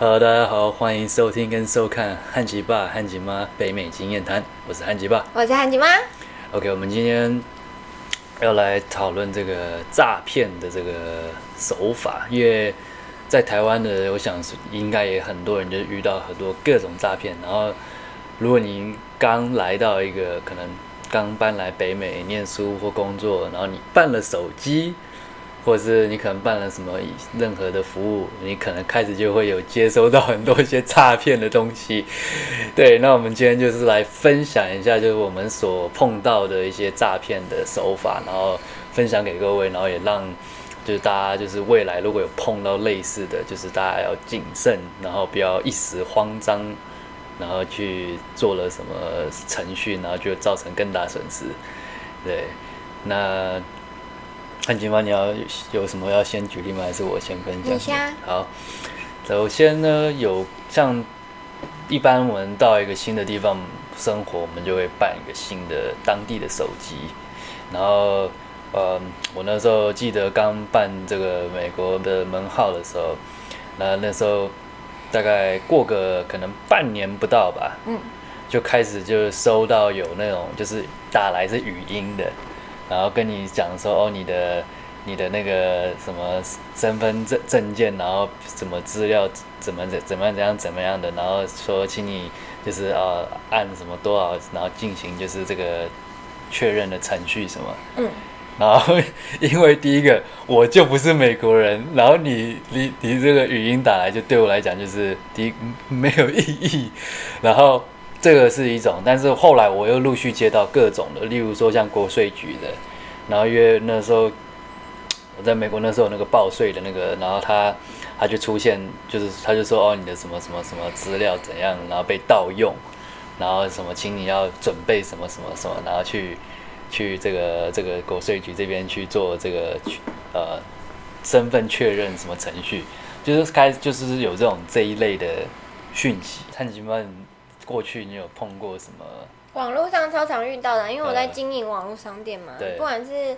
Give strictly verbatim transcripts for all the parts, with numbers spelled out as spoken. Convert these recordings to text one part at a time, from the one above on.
Hello，大家好，欢迎收听跟收看汉吉爸、汉吉妈北美经验谈，我是汉吉爸， 我是汉吉妈。 OK， 我们今天要来讨论这个诈骗的这个手法，因为在台湾的，我想应该也很多人就遇到很多各种诈骗。然后，如果你刚来到一个可能刚搬来北美念书或工作，然后你办了手机，或者是你可能办了什么任何的服务，你可能开始就会有接收到很多一些诈骗的东西。对，那我们今天就是来分享一下，就是我们所碰到的一些诈骗的手法，然后分享给各位，然后也让就是大家就是未来如果有碰到类似的，就是大家要谨慎，然后不要一时慌张，然后去做了什么程序，然后就造成更大损失。对，那汉吉妈，你要有什么要先举例吗？还是我先分享？ 你先。 好，首先呢，有像一般我们到一个新的地方生活，我们就会办一个新的当地的手机。然后，呃，我那时候记得刚办这个美国的门号的时候，那那时候大概过个可能半年不到吧，嗯，就开始就收到有那种就是打来是语音的。然后跟你讲说哦，你的你的那个什么身份证证件，然后什么资料怎么怎么样怎样怎么样的，然后说请你就是呃按什么多少，然后进行就是这个确认的程序什么。嗯。然后因为第一个我就不是美国人，然后你你你这个语音打来就对我来讲就是第一没有意义，然后。这个是一种，但是后来我又陆续接到各种的，例如说像国税局的，然后因为那时候我在美国那时候有那个报税的那个，然后他他就出现，就是他就说哦你的什么什么什么资料怎样，然后被盗用，然后什么请你要准备什么什么什么，然后去去这个这个国税局这边去做这个呃身份确认什么程序，就是开就是有这种这一类的讯息，看你们。过去你有碰过什么？ 网络上超常遇到的，因为我在经营网络商店嘛，不管是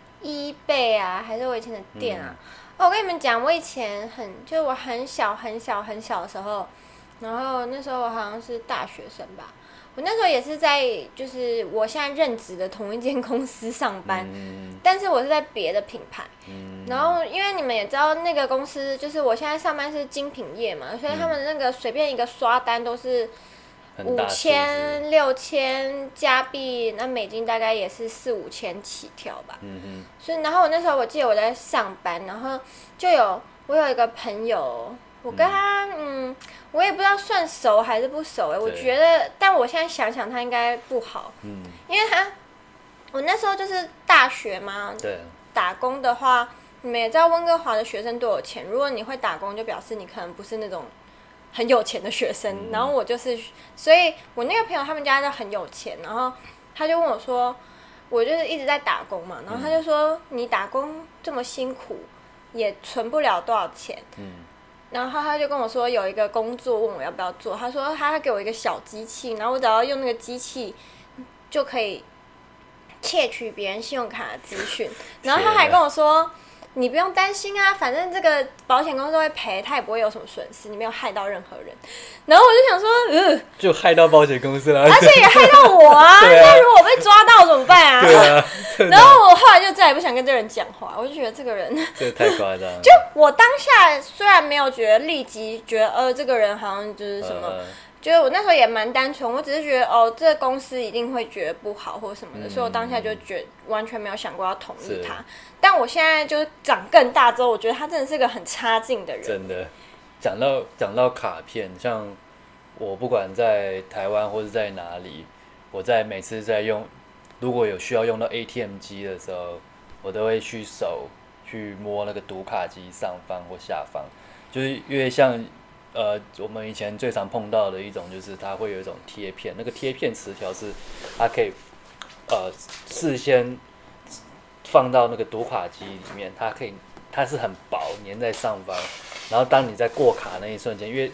eBay 啊，还是我以前的店啊。嗯哦、我跟你们讲，我以前很，就是我很小很小很小的时候，然后那时候我好像是大学生吧，我那时候也是在，就是我现在任职的同一间公司上班，嗯、但是我是在别的品牌。嗯、然后因为你们也知道，那个公司就是我现在上班是精品业嘛，所以他们那个随便一个刷单都是。五千、六千加币，那美金大概也是四五千起跳吧。嗯哼。所以，然后我那时候我记得我在上班，然后就有我有一个朋友，我跟他嗯，我也不知道算熟还是不熟哎，我觉得，但我现在想想他应该不好。嗯。因为他，我那时候就是大学嘛。对。打工的话，你们也知道温哥华的学生多有钱，如果你会打工，就表示你可能不是那种。很有钱的学生，然后我就是，所以我那个朋友他们家就很有钱，然后他就问我说，我就是一直在打工嘛，然后他就说你打工这么辛苦，也存不了多少钱，嗯，然后他就跟我说有一个工作问我要不要做，他说他给我一个小机器，然后我只要用那个机器就可以窃取别人信用卡的资讯，然后他还跟我说。你不用担心啊，反正这个保险公司会赔，他也不会有什么损失，你没有害到任何人。然后我就想说，嗯， 就害到保险公司了， 而且也害到我啊。那、啊、如果我被抓到怎么办啊？ 对啊。 然后我后来就再也不想跟这个人讲话，我就觉得这个人， 这个太夸张了。 就我当下虽然没有觉得立即觉得，呃，这个人好像就是什么。呃就是我那时候也蛮单纯，我只是觉得哦，这个公司一定会觉得不好或什么的，嗯、所以我当下就觉得完全没有想过要同意他。但我现在就是长更大之后，我觉得他真的是个很差劲的人。 真的，讲到讲到卡片，像我不管在台湾或是在哪里，我在每次在用，如果有需要用到 A T M 机的时候，我都会去手去摸那个读卡机上方或下方，就是因为像。呃，我们以前最常碰到的一种就是它会有一种贴片，那个贴片磁条是它可以呃事先放到那个读卡机里面，它可以它是很薄粘在上方，然后当你在过卡那一瞬间，因为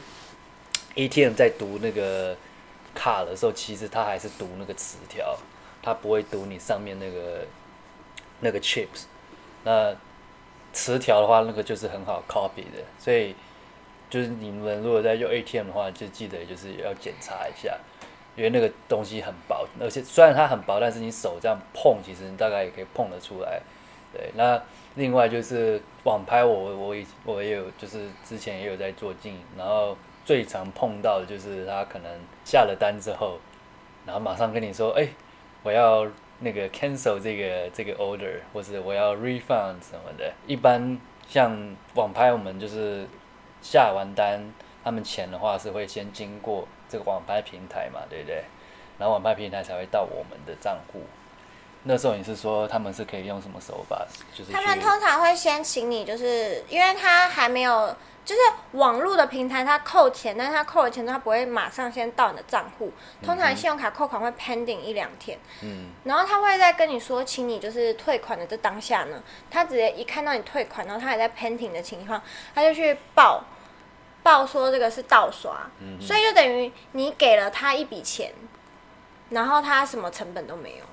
A T M 在读那个卡的时候，其实它还是读那个磁条，它不会读你上面那个那个 chips。那磁条的话，那个就是很好 copy 的，所以。 就是你们如果在用 A T M 的话，就记得就是要检查一下，因为那个东西很薄，而且虽然它很薄，但是你手这样碰，其实你大概也可以碰得出来。对，那另外就是网拍我，我我我也有，就是之前也有在做经营，然后最常碰到的就是他可能下了单之后，然后马上跟你说，哎、欸，我要那个 cancel 这个这个 order， 或者我要 refund 什么的。一般像网拍，我们就是下完单，他们钱的话是会先经过这个网拍平台嘛，对不对？然后网拍平台才会到我们的账户。那时候你是说他们是可以用什么手法？就是他们通常会先请你，就是因为他还没有，就是网络的平台，他扣钱，但是他扣了钱之后，他不会马上先到你的账户。通常信用卡扣款会 pending 一两天，嗯，然后他会再跟你说，请你就是退款的这当下呢，他直接一看到你退款，然后他还在 pending 的情况，他就去报报说这个是盗刷，嗯，所以就等于你给了他一笔钱，然后他什么成本都没有。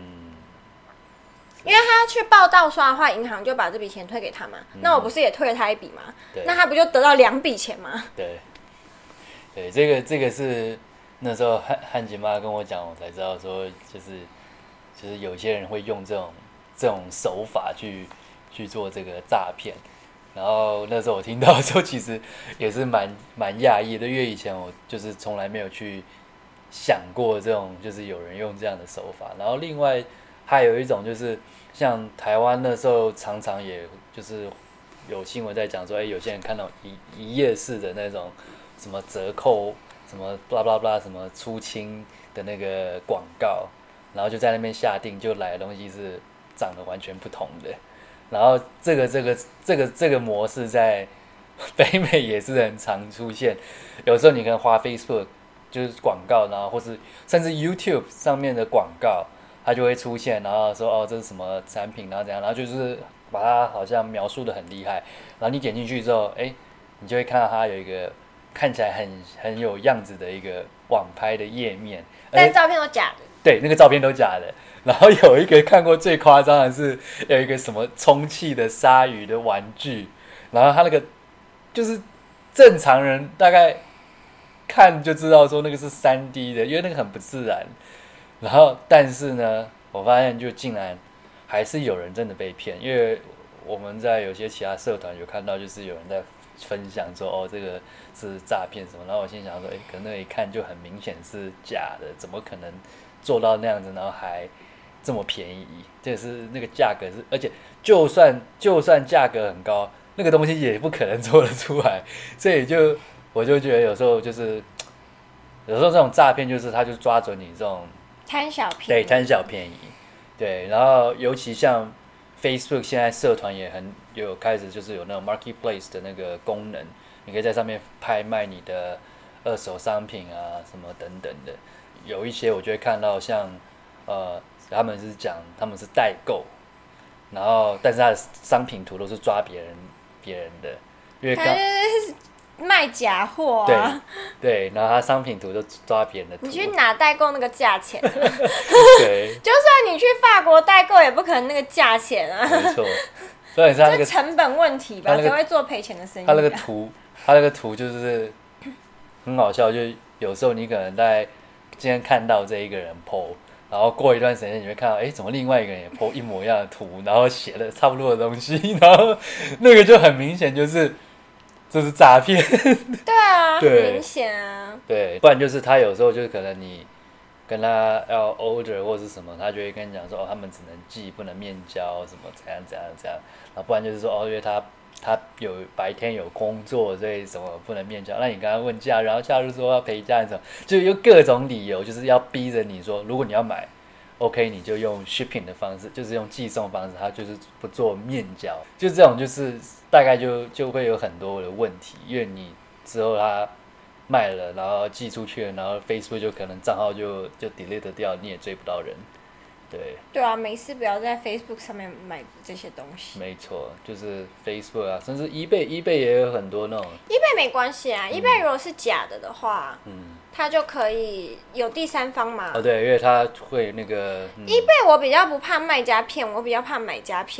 因为他去报盗刷的话，银行就把这笔钱退给他嘛，嗯、那我不是也退了他一笔吗？那他不就得到两笔钱吗？ 对，对，这个这个是那时候汉汉姐妈跟我讲，我才知道说，就是就是有些人会用这种这种手法去去做这个诈骗。然后那时候我听到的时候，其实也是蛮蛮讶异的，因为以前我就是从来没有去想过这种，就是有人用这样的手法。然后另外还有一种就是像台湾那时候常常也就是有新闻在讲说，哎，有些人看到一一页式的那种什么折扣、什么 blah blah blah 什么出清的那个广告，然后就在那边下定，就来的东西是长得完全不同的。然后这个这个这个这个模式在北美也是很常出现，有时候你可能滑 Facebook 就是广告，然后或是甚至 YouTube 上面的广告，它就会出现，然后说哦这是什么产品，然后怎样，然后就是把它好像描述的很厉害，然后你点进去之后，哎，你就会看到它有一个看起来很很有样子的一个网拍的页面， 但照片都假的。 对，那个照片都假的。然后有一个看过最夸张的是，有一个什么充气的鲨鱼的玩具，然后他那个就是正常人大概看就知道说那个是 三 D 的，因为那个很不自然。然后但是呢，我发现就竟然还是有人真的被骗，因为我们在有些其他社团有看到，就是有人在分享说哦这个是诈骗什么，然后我心想说，哎，可能那个一看就很明显是假的，怎么可能做到那样子，然后还这么便宜？这是那个价格是，而且就算就算价格很高，那个东西也不可能做得出来。所以就我就觉得有时候就是有时候这种诈骗就是他就抓准你这种贪小便宜， 对，贪小便宜，对。然后尤其像 Facebook 现在社团也很有开始就是有那种 marketplace 的那个功能，你可以在上面拍卖你的二手商品啊什么等等的。有一些我就会看到像呃他们是讲他们是代购，然后但是他的商品图都是抓别人别人的，因为刚卖假货啊， 对对，然后他商品图都抓别人的图， 你去哪代购那个价钱、啊？ 对， 就算你去法国代购，也不可能那个价钱啊。 没错，所以他那个成本问题吧，谁、那個、会做赔钱的生意、啊？ 他那个图，他那个图就是很好笑，就有时候你可能在今天看到这一个人 po， 然后过一段时间你会看到，哎，怎么另外一个人也 po 一模一样的图，然后写了差不多的东西，然后那个就很明显就是这是诈骗。 对啊，很明显啊。 对，不然就是他有时候就是可能你跟他要 order 或是什么，他就会跟你讲说，哦，他们只能寄不能面交，什么怎样怎样怎样，然后不然就是说，哦，因为他他有白天有工作，所以什么不能面交。那你刚刚问假日，然后假日说要陪家人什么，就有各种理由，就是要逼着你说，如果你要买 ，OK， 你就用 shipping 的方式，就是用寄送方式，他就是不做面交。就这种就是大概就就会有很多的问题，因为你之后他卖了，然后寄出去了，然后 Facebook 就可能账号就就 delete 掉，你也追不到人。对对啊，没事不要在 Facebook 上面买这些东西。 没错，就是 Facebook 啊，甚至 eBay，eBay 也有很多那种。 eBay 没关系啊、嗯、，eBay 如果是假的的话，嗯，它就可以有第三方嘛。 哦，对，因为它会那个。 嗯、eBay 我比较不怕卖家骗我，我比较怕买家骗我。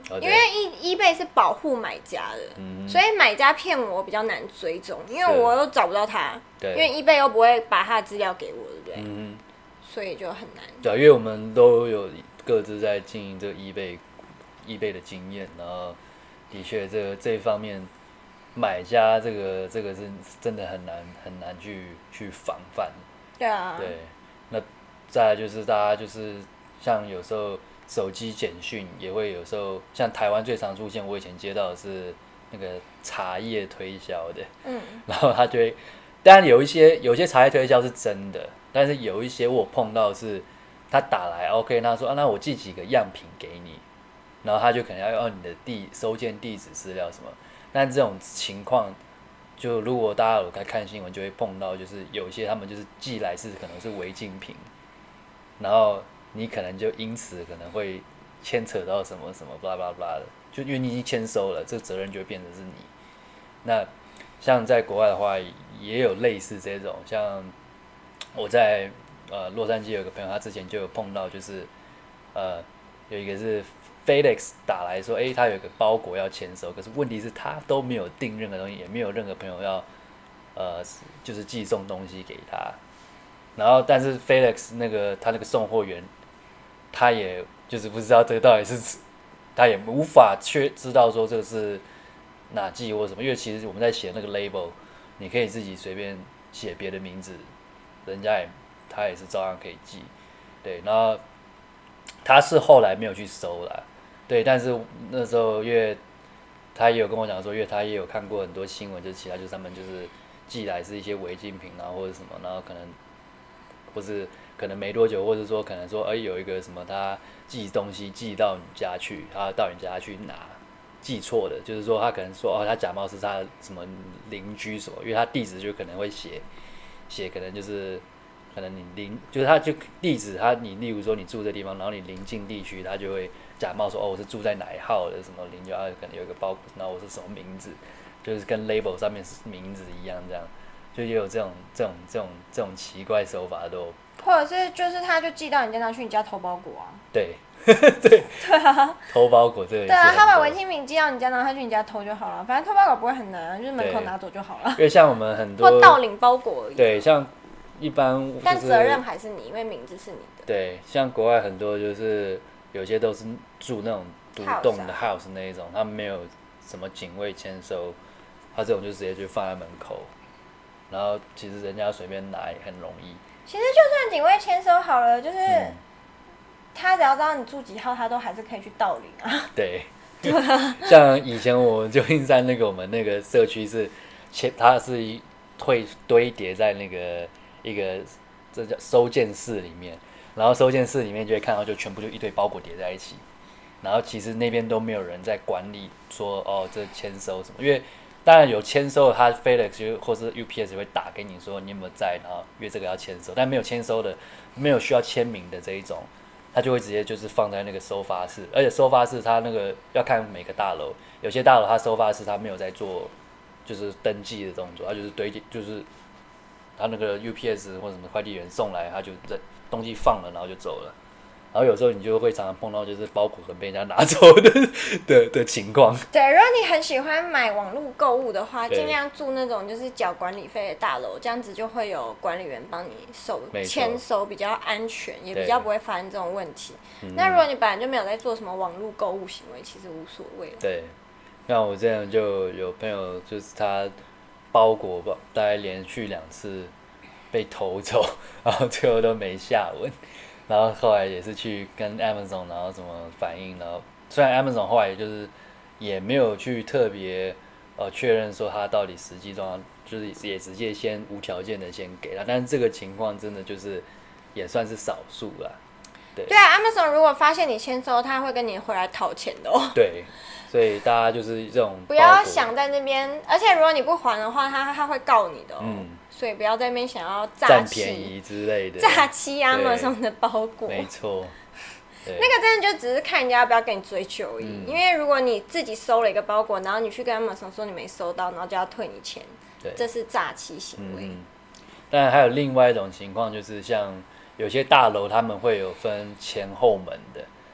哦、 因为 E eBay 是保护买家的，嗯、所以买家骗我比较难追踪，因为我又找不到他，因为 eBay 又不会把他的资料给我，对不对？嗯、所以就很难。 对，因为我们都有各自在经营这个 eBay eBay 的经验，然后的确这个这一方面，买家这个这个是真的很难很难去去防范。 对啊。 对，那再来就是大家就是像有时候。手机简讯也会有时候，像台湾最常出现，我以前接到的是那个茶叶推销的，嗯，然后他就会，当然有一些有些茶叶推销是真的，但是有一些我碰到是，他打来 OK， 他说啊，那我寄几个样品给你，然后他就可能要要你的地收件地址资料什么，但这种情况，就如果大家有在看新闻，就会碰到，就是有一些他们就是寄来是可能是违禁品，然后。你可能就因此可能会牵扯到什么什么巴拉巴拉的，就因为你已经签收了，这个责任就会变成是你。那像在国外的话，也有类似这种，像我在呃洛杉矶有个朋友，他之前就有碰到，就是呃有一个是 FedEx 打来说，哎、欸，他有一个包裹要签收，可是问题是他都没有订任何东西，也没有任何朋友要呃就是寄送东西给他，然后但是 FedEx 那个他那个送货员。他也就是不知道这个到底是，他也无法确知道说这个是哪寄或什么，因为其实我们在写那个 label， 你可以自己随便写别的名字，人家也他也是照样可以寄，对，然后他是后来没有去收啦，对，但是那时候因为他也有跟我讲说，因为他也有看过很多新闻，就是其他就是他们就是寄来是一些违禁品啊或者什么，然后可能或是。可能没多久，或者说可能说，哎、欸，有一个什么他寄东西寄到你家去，他到你家去拿，寄错的，就是说他可能说哦，他假冒是他什么邻居什么，因为他地址就可能会写写，可能就是可能你邻就是他就地址他你例如说你住这地方，然后你邻近地区，他就会假冒说哦我是住在哪一号的什么邻居，啊可能有一个包裹，然后我是什么名字，就是跟 label 上面是名字一样这样，就也有这种这种这种这种奇怪手法都有。 或者是就是他就寄到你家拿去你家偷包裹啊？ 对，对对啊， 偷包裹这个。 对啊，他把违禁品寄到你家，然后他去你家偷就好了。反正偷包裹不会很难，就是门口拿走就好了。 因为像我们很多或盗领包裹而已。 对，像一般、就是， 但责任还是你，因为名字是你的。 对，像国外很多就是有些都是住那种独栋的 house 那一种，他们没有什么警卫签收，他这种就直接就放在门口，然后其实人家随便拿也很容易。 其实就算警卫签收好了，就是、嗯、他只要知道你住几号，他都还是可以去盗领啊。 对，对啊。像以前我旧金山那个我们那个社区是，它是会堆叠在那个一个这叫收件室里面，然后收件室里面就会看到就全部就一堆包裹叠在一起，然后其实那边都没有人在管理说哦这签收什么，因为。当然有签收的，他 FedEx 或是 U P S 会打给你说你有没有在，然后约这个要签收。但没有签收的，没有需要签名的这一种，他就会直接就是放在那个收发室。而且收发室他那个要看每个大楼，有些大楼他收发室他没有在做就是登记的动作，他就是堆就是他那个 U P S 或者什么快递员送来，他就在东西放了，然后就走了。然后有时候你就会常常碰到就是包裹可能被人家拿走的的的情况。 对，如果你很喜欢买网络购物的话，尽量住那种就是缴管理费的大楼，这样子就会有管理员帮你收签收，比较安全，也比较不会发生这种问题。那如果你本来就没有在做什么网络购物行为，其实无所谓。 对，像我这样就有朋友就是他包裹吧，大概连续两次被偷走，然后最后都没下文。然后后来也是去跟 Amazon 然后怎么反映，然后虽然 Amazon 后来就是也没有去特别呃确认说他到底实际状况，就是也直接先无条件的先给他，但是这个情况真的就是也算是少数啦。对对啊 ，Amazon 如果发现你签收，他会跟你回来讨钱的哦。 对，所以大家就是这种不要想在那边，而且如果你不还的话，他他会告你的哦。嗯，所以不要在那边想要占便宜之类的， 诈欺 Amazon 的包裹。 没错， 那个真的就只是看人家要不要跟你追究而已。嗯、因为如果你自己收了一个包裹，然后你去跟 Amazon 说你没收到，然后就要退你钱，这是诈欺行为。嗯， 但还有另外一种情况，就是像有些大楼他们会有分前后门的，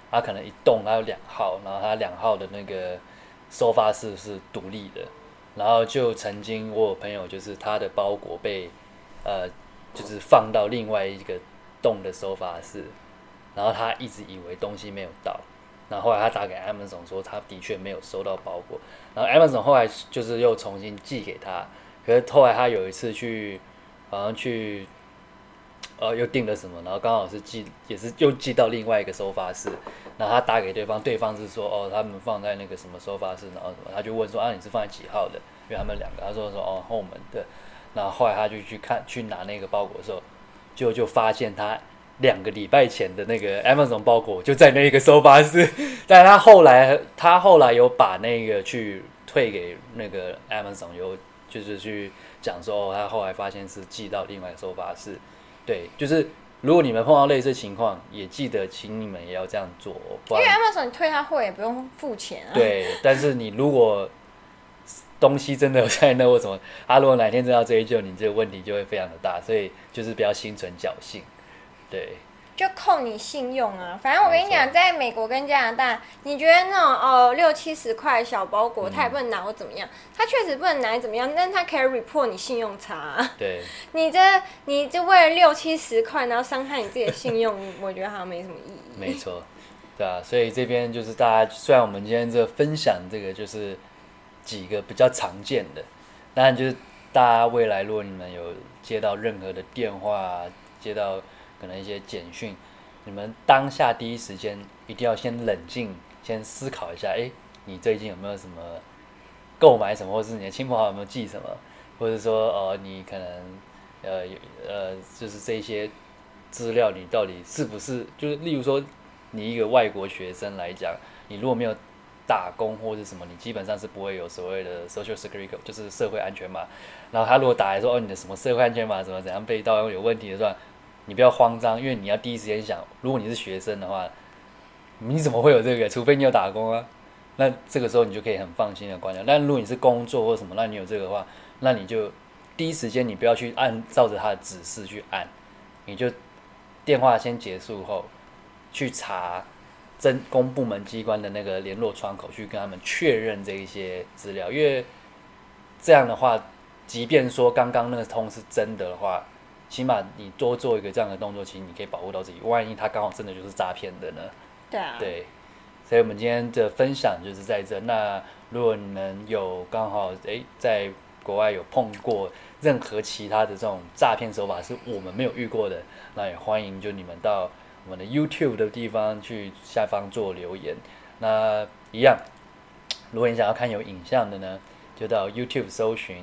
它可能一栋它有两号，然后它两号的那个收发室是独立的，然后就曾经我有朋友就是他的包裹被呃就是放到另外一个栋的收发室，然后他一直以为东西没有到，然后后来他打给 Amazon 说他的确没有收到包裹，然后 Amazon 后来就是又重新寄给他，可是后来他有一次去好像去呃又订了什么，然后刚好是寄也是又寄到另外一个收发室，然后他打给对方，对方是说哦他们放在那个什么收发室，然后什么他就问说啊你是放在几号的，因为他们两个，他说说哦后门的，然后后来他就去看去拿那个包裹的时候，就就发现他两个礼拜前的那个 Amazon 包裹就在那个收发室，但他后来他后来有把那个去退给那个 Amazon， 有就是去讲说哦他后来发现是寄到另外一个收发室。对，就是如果你们碰到类似情况，也记得请你们也要这样做， 因为 Amazon 你退他货也不用付钱啊。 对，但是你如果东西真的有在那或什么，他如果哪天真的要追究你，这个问题就会非常的大，所以就是不要心存侥幸，对。 就扣你信用啊！反正我跟你讲，在美国跟加拿大，你觉得那种哦六七十块小包裹，他也不能拿我怎么样，他确实不能拿你怎么样，但是他可以 report 你信用差、啊。 对。 你这你就为了六七十块，然后伤害你自己的信用，我觉得好像没什么意义。 没错，对啊，所以这边就是大家，虽然我们今天这分享这个就是几个比较常见的，当然就是大家未来如果你们有接到任何的电话，接到可能一些简讯，你们当下第一时间一定要先冷静，先思考一下，哎，你最近有没有什么购买什么，或是你的亲朋好友有没有寄什么，或者说呃你可能呃呃就是这些资料你到底是不是，就是例如说你一个外国学生来讲，你如果没有打工或是什么，你基本上是不会有所谓的 social security 就是社会安全码。然后他如果打来说哦你的什么社会安全码怎么怎样被盗有问题的话，你不要慌张，因为你要第一时间想，如果你是学生的话，你怎么会有这个？除非你有打工啊。那这个时候你就可以很放心的关掉。但如果你是工作或什么，那你有这个的话，那你就第一时间你不要去按照着他的指示去按，你就电话先结束后去查真公部门机关的那个联络窗口，去跟他们确认这一些资料，因为这样的话，即便说刚刚那个通是真的的话，起码你多做一个这样的动作，其实你可以保护到自己。万一他刚好真的就是诈骗的呢？ 对啊。 对，所以我们今天的分享就是在这。那如果你们有刚好诶在国外有碰过任何其他的这种诈骗手法是我们没有遇过的，那也欢迎就你们到我们的 YouTube 的地方去下方做留言。那一样，如果你想要看有影像的呢，就到 YouTube 搜寻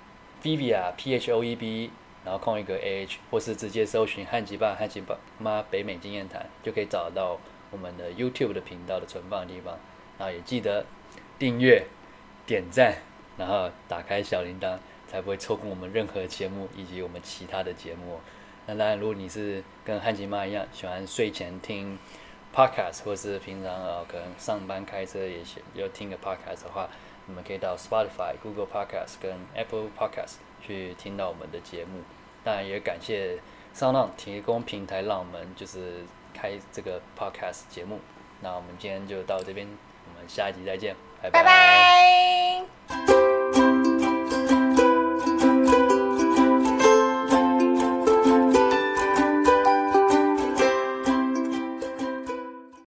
Phoebe P H O E B。然后空一个 A H， 或是直接搜寻汉吉爸、汉吉妈北美经验谈，就可以找到我们的 YouTube 的频道的存放的地方。然后也记得订阅、点赞，然后打开小铃铛，才不会错过我们任何节目以及我们其他的节目。那当然，如果你是跟汉吉妈一样喜欢睡前听 Podcast， 或是平常呃可能上班开车也要听个 Podcast 的话，你们可以到 Spotify、Google Podcast 跟 Apple Podcast。去听到我们的节目，当然也感谢SoundOn提供平台让我们就是开这个 podcast 节目。那我们今天就到这边，我们下一集再见，拜拜。 拜拜。